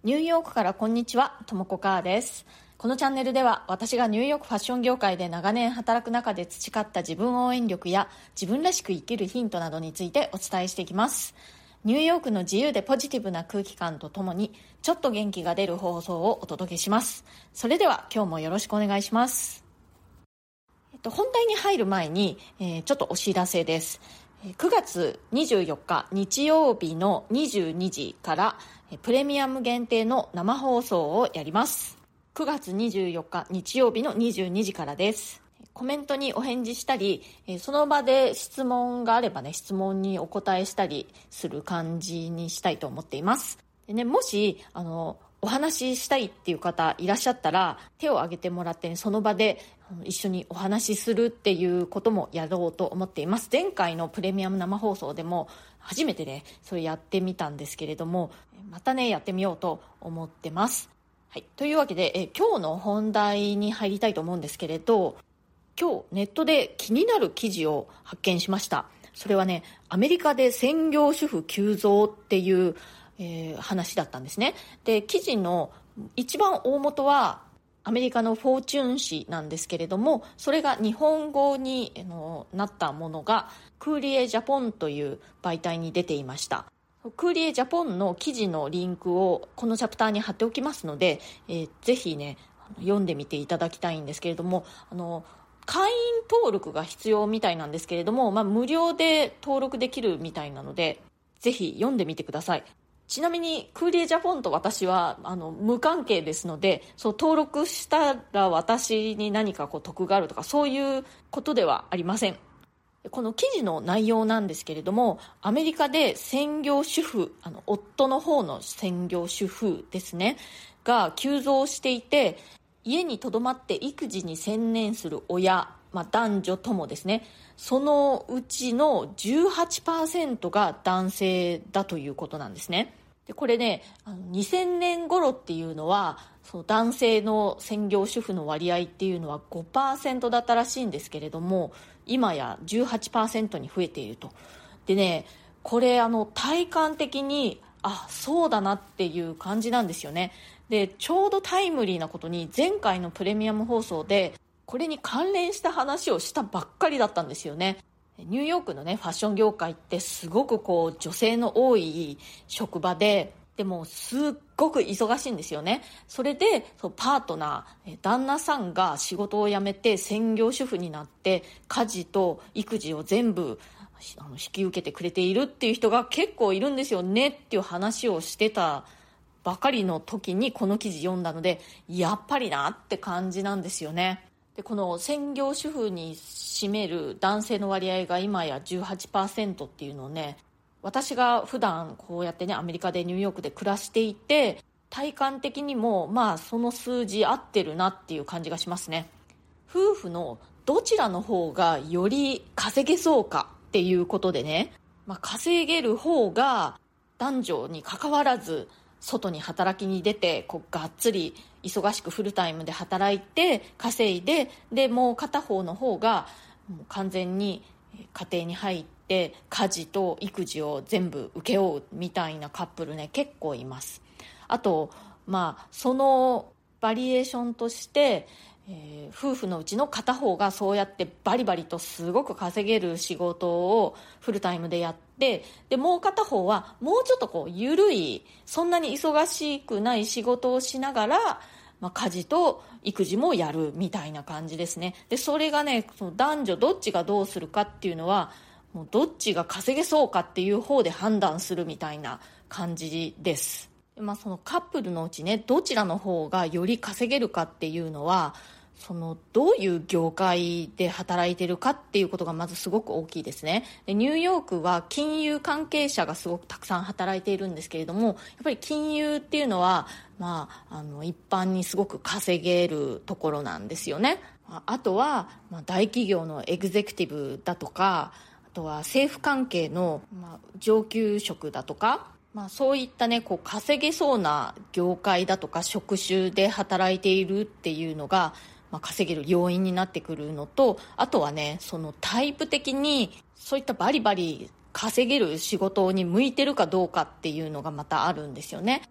ニューヨークからこんにちは、ともこかーです。このチャンネルでは私がニューヨークファッション業界で長年働く中で培った自分応援力や自分らしく生きるヒントなどについてお伝えしていきます。ニューヨークの自由でポジティブな空気感とともにちょっと元気が出る放送をお届けします。それでは今日もよろしくお願いします。本題に入る前に、ちょっとお知らせです。9月24日日曜日の22時からプレミアム限定の生放送をやります。9月24日日曜日の22時からです。コメントにお返事したり、その場で質問があればね、質問にお答えしたりする感じにしたいと思っています。でね、もしお話ししたいっていう方いらっしゃったら手を挙げてもらって、ね、その場で一緒にお話しするっていうこともやろうと思っています。前回のプレミアム生放送でも初めてねそれやってみたんですけれども、またねやってみようと思ってます。はい、というわけで今日の本題に入りたいと思うんですけれど、今日ネットで気になる記事を発見しました。それはね、アメリカで専業主婦急増っていう話だったんですね。で、記事の一番大元はアメリカのフォーチュン誌なんですけれども、それが日本語になったものがクーリエジャポンという媒体に出ていました。クーリエジャポンの記事のリンクをこのチャプターに貼っておきますので、ぜひね読んでみていただきたいんですけれども、会員登録が必要みたいなんですけれども、無料で登録できるみたいなので、ぜひ読んでみてください。ちなみにクーリエジャポンと私は無関係ですので、そう登録したら私に何か得があるとかそういうことではありません。この記事の内容なんですけれども、アメリカで専業主婦、夫の方の専業主婦ですねが急増していて、家にとどまって育児に専念する親、男女ともですね、そのうちの 18% が男性だということなんですね。でこれね、2000年頃っていうのはその男性の専業主婦の割合っていうのは 5% だったらしいんですけれども、今や 18% に増えていると。でね、これ体感的にそうだなっていう感じなんですよね。でちょうどタイムリーなことに前回のプレミアム放送でこれに関連した話をしたばっかりだったんですよね。ニューヨークのねファッション業界ってすごく女性の多い職場で、でもすっごく忙しいんですよね。それでパートナー、旦那さんが仕事を辞めて専業主婦になって家事と育児を全部引き受けてくれているっていう人が結構いるんですよねっていう話をしてたばかりの時にこの記事読んだので、やっぱりなって感じなんですよね。でこの専業主婦に占める男性の割合が今や 18% っていうのをね、私が普段こうやってねアメリカでニューヨークで暮らしていて体感的にもその数字合ってるなっていう感じがしますね。夫婦のどちらの方がより稼げそうかっていうことでね、稼げる方が男女に関わらず外に働きに出てがっつり忙しくフルタイムで働いて稼いで、でもう片方の方がもう完全に家庭に入って家事と育児を全部請け負うみたいなカップルね結構います。あとそのバリエーションとして、夫婦のうちの片方がそうやってバリバリとすごく稼げる仕事をフルタイムでやって、でもう片方はもうちょっと緩い、そんなに忙しくない仕事をしながら、家事と育児もやるみたいな感じですね。でそれがね、その男女どっちがどうするかっていうのはもうどっちが稼げそうかっていう方で判断するみたいな感じです。そのカップルのうちね、どちらの方がより稼げるかっていうのはどういう業界で働いてるかっていうことがまずすごく大きいですね。でニューヨークは金融関係者がすごくたくさん働いているんですけれども、やっぱり金融っていうのは、一般にすごく稼げるところなんですよね。あとは、大企業のエグゼクティブだとか、あとは政府関係の、上級職だとか、そういったね稼げそうな業界だとか職種で働いているっていうのが、稼げる要因になってくるのと、あとはねそのタイプ的にそういったバリバリ稼げる仕事に向いてるかどうかっていうのがまたあるんですよね。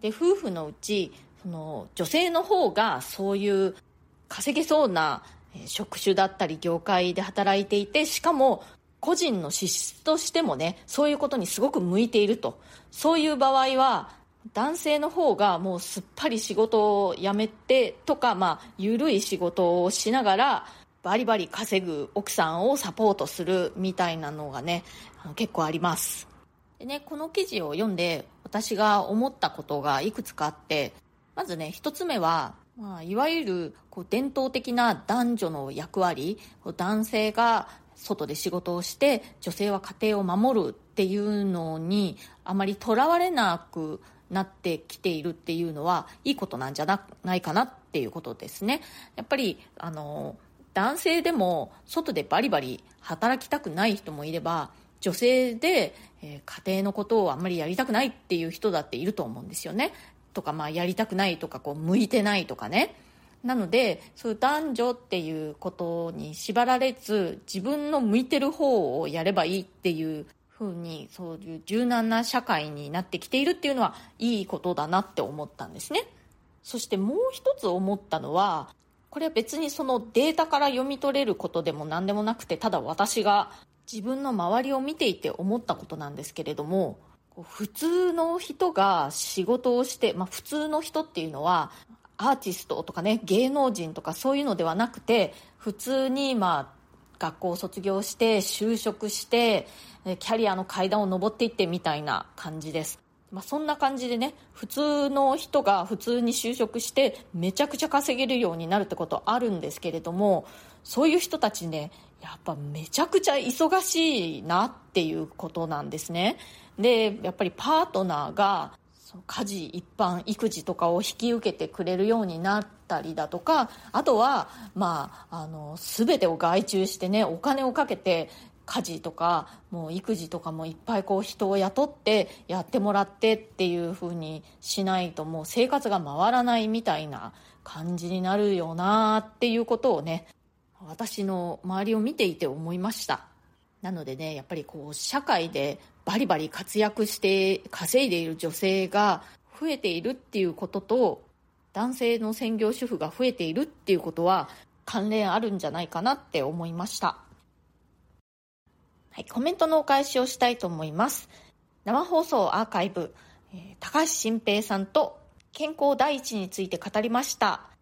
で夫婦のうちその女性の方がそういう稼げそうな職種だったり業界で働いていて、しかも個人の資質としてもねそういうことにすごく向いていると、そういう場合は男性の方がもうすっぱり仕事を辞めてとか、緩い仕事をしながらバリバリ稼ぐ奥さんをサポートするみたいなのがね結構あります。でね、この記事を読んで私が思ったことがいくつかあって、まずね一つ目は、いわゆる伝統的な男女の役割、男性が外で仕事をして女性は家庭を守るっていうのにあまりとらわれなくなってきているっていうのはいいことなんじゃないかなっていうことですね。やっぱり男性でも外でバリバリ働きたくない人もいれば、女性で、家庭のことをあんまりやりたくないっていう人だっていると思うんですよね。とか、やりたくないとか向いてないとかね。なのでそういう男女っていうことに縛られず、自分の向いてる方をやればいいっていう風に、そういう柔軟な社会になってきているっていうのはいいことだなって思ったんですね。そしてもう一つ思ったのは、これは別にそのデータから読み取れることでも何でもなくて、ただ私が自分の周りを見ていて思ったことなんですけれども、普通の人が仕事をして、普通の人っていうのはアーティストとかね、芸能人とかそういうのではなくて、普通に学校を卒業して就職してキャリアの階段を上っていってみたいな感じです。そんな感じでね、普通の人が普通に就職してめちゃくちゃ稼げるようになるってことあるんですけれども、そういう人たちねやっぱめちゃくちゃ忙しいなっていうことなんですね。でやっぱりパートナーが家事一般育児とかを引き受けてくれるようになったりだとか、あとは全てを外注してね、お金をかけて家事とかもう育児とかもいっぱい人を雇ってやってもらってっていう風にしないともう生活が回らないみたいな感じになるよなっていうことをね、私の周りを見ていて思いました。なのでね、やっぱり社会でバリバリ活躍して稼いでいる女性が増えているっていうことと、男性の専業主婦が増えているっていうことは関連あるんじゃないかなって思いました。はい、コメントのお返しをしたいと思います。生放送アーカイブ、高橋新平さんと健康第一について語りました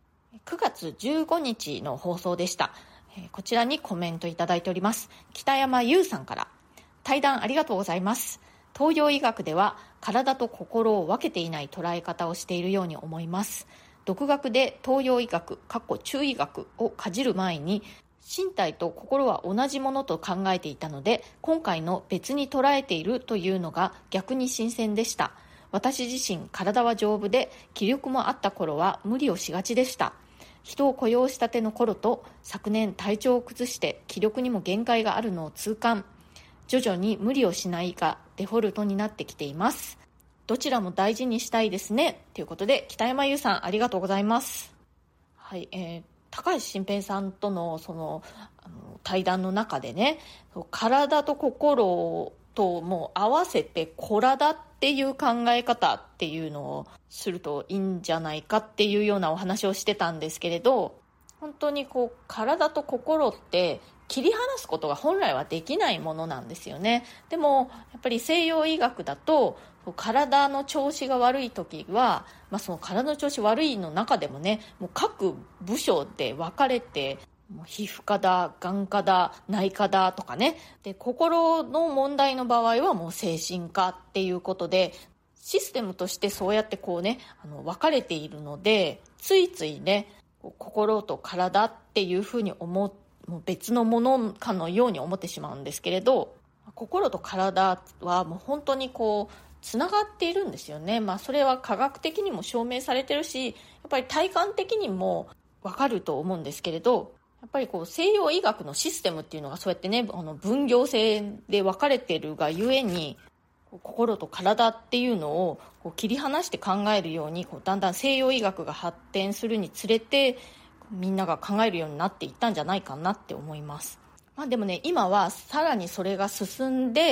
。9月15日の放送でした。こちらにコメントいただいております。北山優さんから、対談ありがとうございます。東洋医学では体と心を分けていない捉え方をしているように思います。独学で東洋医学中医学をかじる前に身体と心は同じものと考えていたので、今回の別に捉えているというのが逆に新鮮でした。私自身体は丈夫で気力もあった頃は無理をしがちでした。人を雇用したての頃と昨年体調を崩して気力にも限界があるのを痛感。徐々に無理をしないがデフォルトになってきています。どちらも大事にしたいですね。ということで北山優さんありがとうございます。はい、高橋新平さんとの対談の中でね、体と心とも合わせてコラダっていう考え方っていうのをするといいんじゃないかっていうようなお話をしてたんですけれど、本当に体と心って切り離すことが本来はできないものなんですよね。でもやっぱり西洋医学だと体の調子が悪い時は、その体の調子悪いの中でもね、もう各部署で分かれて、もう皮膚科だ、眼科だ、内科だとかね、で心の問題の場合はもう精神科っていうことで、システムとしてそうやって分かれているので、ついついね心と体っていうふうにもう別のものかのように思ってしまうんですけれど、心と体はもう本当につながっているんですよね。それは科学的にも証明されてるし、やっぱり体感的にも分かると思うんですけれど、やっぱり西洋医学のシステムっていうのがそうやってね分業制で分かれているがゆえに、心と体っていうのを切り離して考えるようにだんだん西洋医学が発展するにつれてみんなが考えるようになっていったんじゃないかなって思います。でもね、今はさらにそれが進んで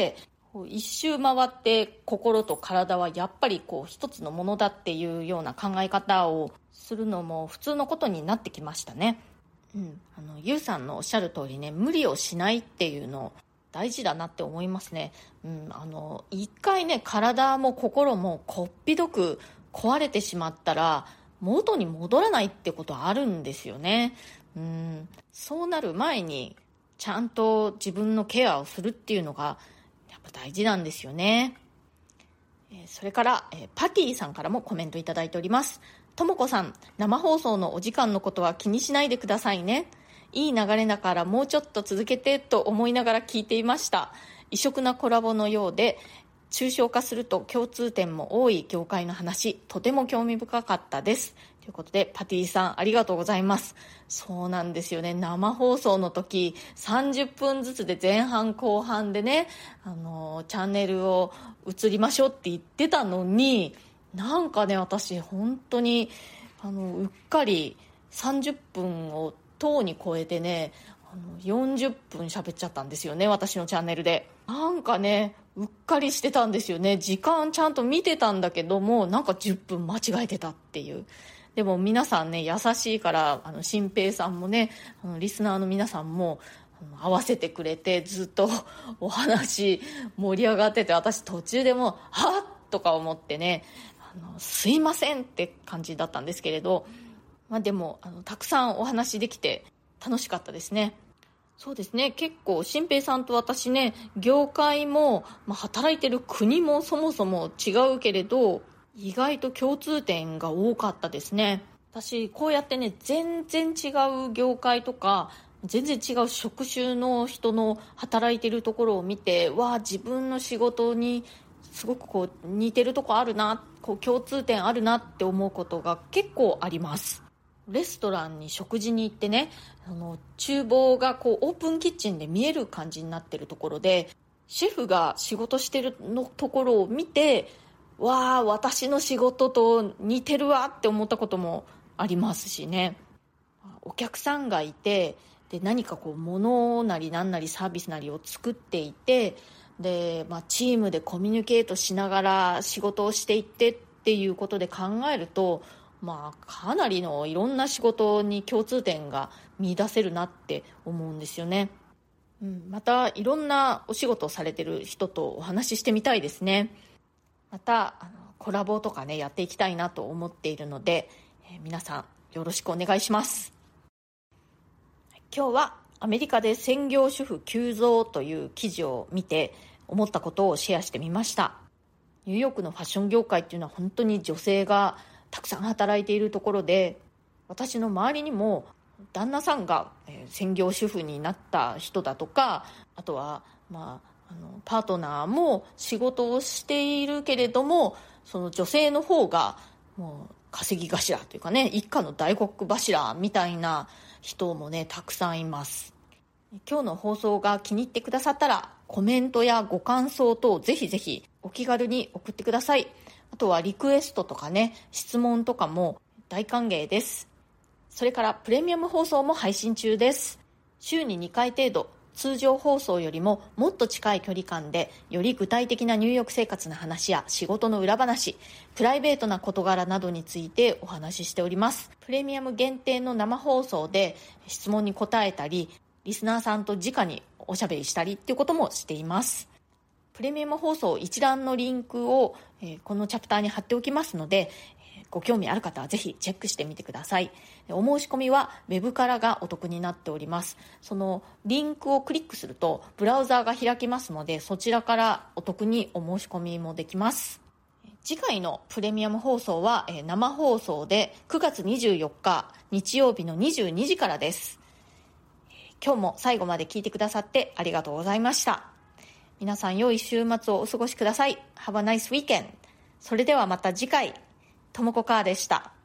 一周回って心と体はやっぱり一つのものだっていうような考え方をするのも普通のことになってきましたね。ゆうさんのおっしゃる通りね、無理をしないっていうの大事だなって思いますね。一回ね、体も心もこっぴどく壊れてしまったら元に戻らないってことあるんですよね。そうなる前にちゃんと自分のケアをするっていうのがやっぱ大事なんですよね。それから、パティさんからもコメントいただいております。ともこさん、生放送のお時間のことは気にしないでくださいね。いい流れだからもうちょっと続けてと思いながら聞いていました。異色なコラボのようで抽象化すると共通点も多い業界の話、とても興味深かったです。ということでパティさんありがとうございます。そうなんですよね。生放送の時30分ずつで前半後半でね、チャンネルを移りましょうって言ってたのに、なんかね、私本当にうっかり30分をとうに超えてね、40分喋っちゃったんですよね、私のチャンネルで。なんかね、うっかりしてたんですよね。時間ちゃんと見てたんだけども、なんか10分間違えてたっていう。でも皆さんね、優しいから、新平さんもね、リスナーの皆さんも合わせてくれて、ずっとお話盛り上がってて、私途中でもはっとか思ってね、すいませんって感じだったんですけれど、でもたくさんお話できて楽しかったですね。そうですね、結構新平さんと私ね、業界も、働いてる国もそもそも違うけれど、意外と共通点が多かったですね。私こうやってね、全然違う業界とか全然違う職種の人の働いてるところを見て、自分の仕事にすごく似てるとこあるな、共通点あるなって思うことが結構あります。レストランに食事に行ってね、厨房がオープンキッチンで見える感じになってるところで、シェフが仕事してるのところを見て、私の仕事と似てるわって思ったこともありますしね。お客さんがいて、で何か物なり何なりサービスなりを作っていて、で、チームでコミュニケートしながら仕事をしていってっていうことで考えると、かなりのいろんな仕事に共通点が見出せるなって思うんですよね。またいろんなお仕事をされてる人とお話ししてみたいですね。またコラボとかね、やっていきたいなと思っているので、皆さんよろしくお願いします。今日はアメリカで専業主婦急増という記事を見て思ったことをシェアしてみました。ニューヨークのファッション業界っていうのは本当に女性がたくさん働いているところで、私の周りにも旦那さんが専業主婦になった人だとか、あとはパートナーも仕事をしているけれども、その女性の方がもう稼ぎ頭というかね、一家の大黒柱みたいな人もね、たくさんいます。今日の放送が気に入ってくださったら、コメントやご感想等ぜひぜひお気軽に送ってください。あとはリクエストとかね、質問とかも大歓迎です。それからプレミアム放送も配信中です。週に2回程度、通常放送よりももっと近い距離感で、より具体的な入浴生活の話や仕事の裏話、プライベートな事柄などについてお話ししております。プレミアム限定の生放送で質問に答えたり、リスナーさんと直におしゃべりしたりっていうこともしています。プレミアム放送一覧のリンクをこのチャプターに貼っておきますので、ご興味ある方はぜひチェックしてみてください。お申し込みはウェブからがお得になっております。そのリンクをクリックするとブラウザーが開きますので、そちらからお得にお申し込みもできます。次回のプレミアム放送は生放送で9月24日日曜日の22時からです。今日も最後まで聞いてくださってありがとうございました。皆さん良い週末をお過ごしください。Have a nice weekend. それではまた次回。ともこかーでした。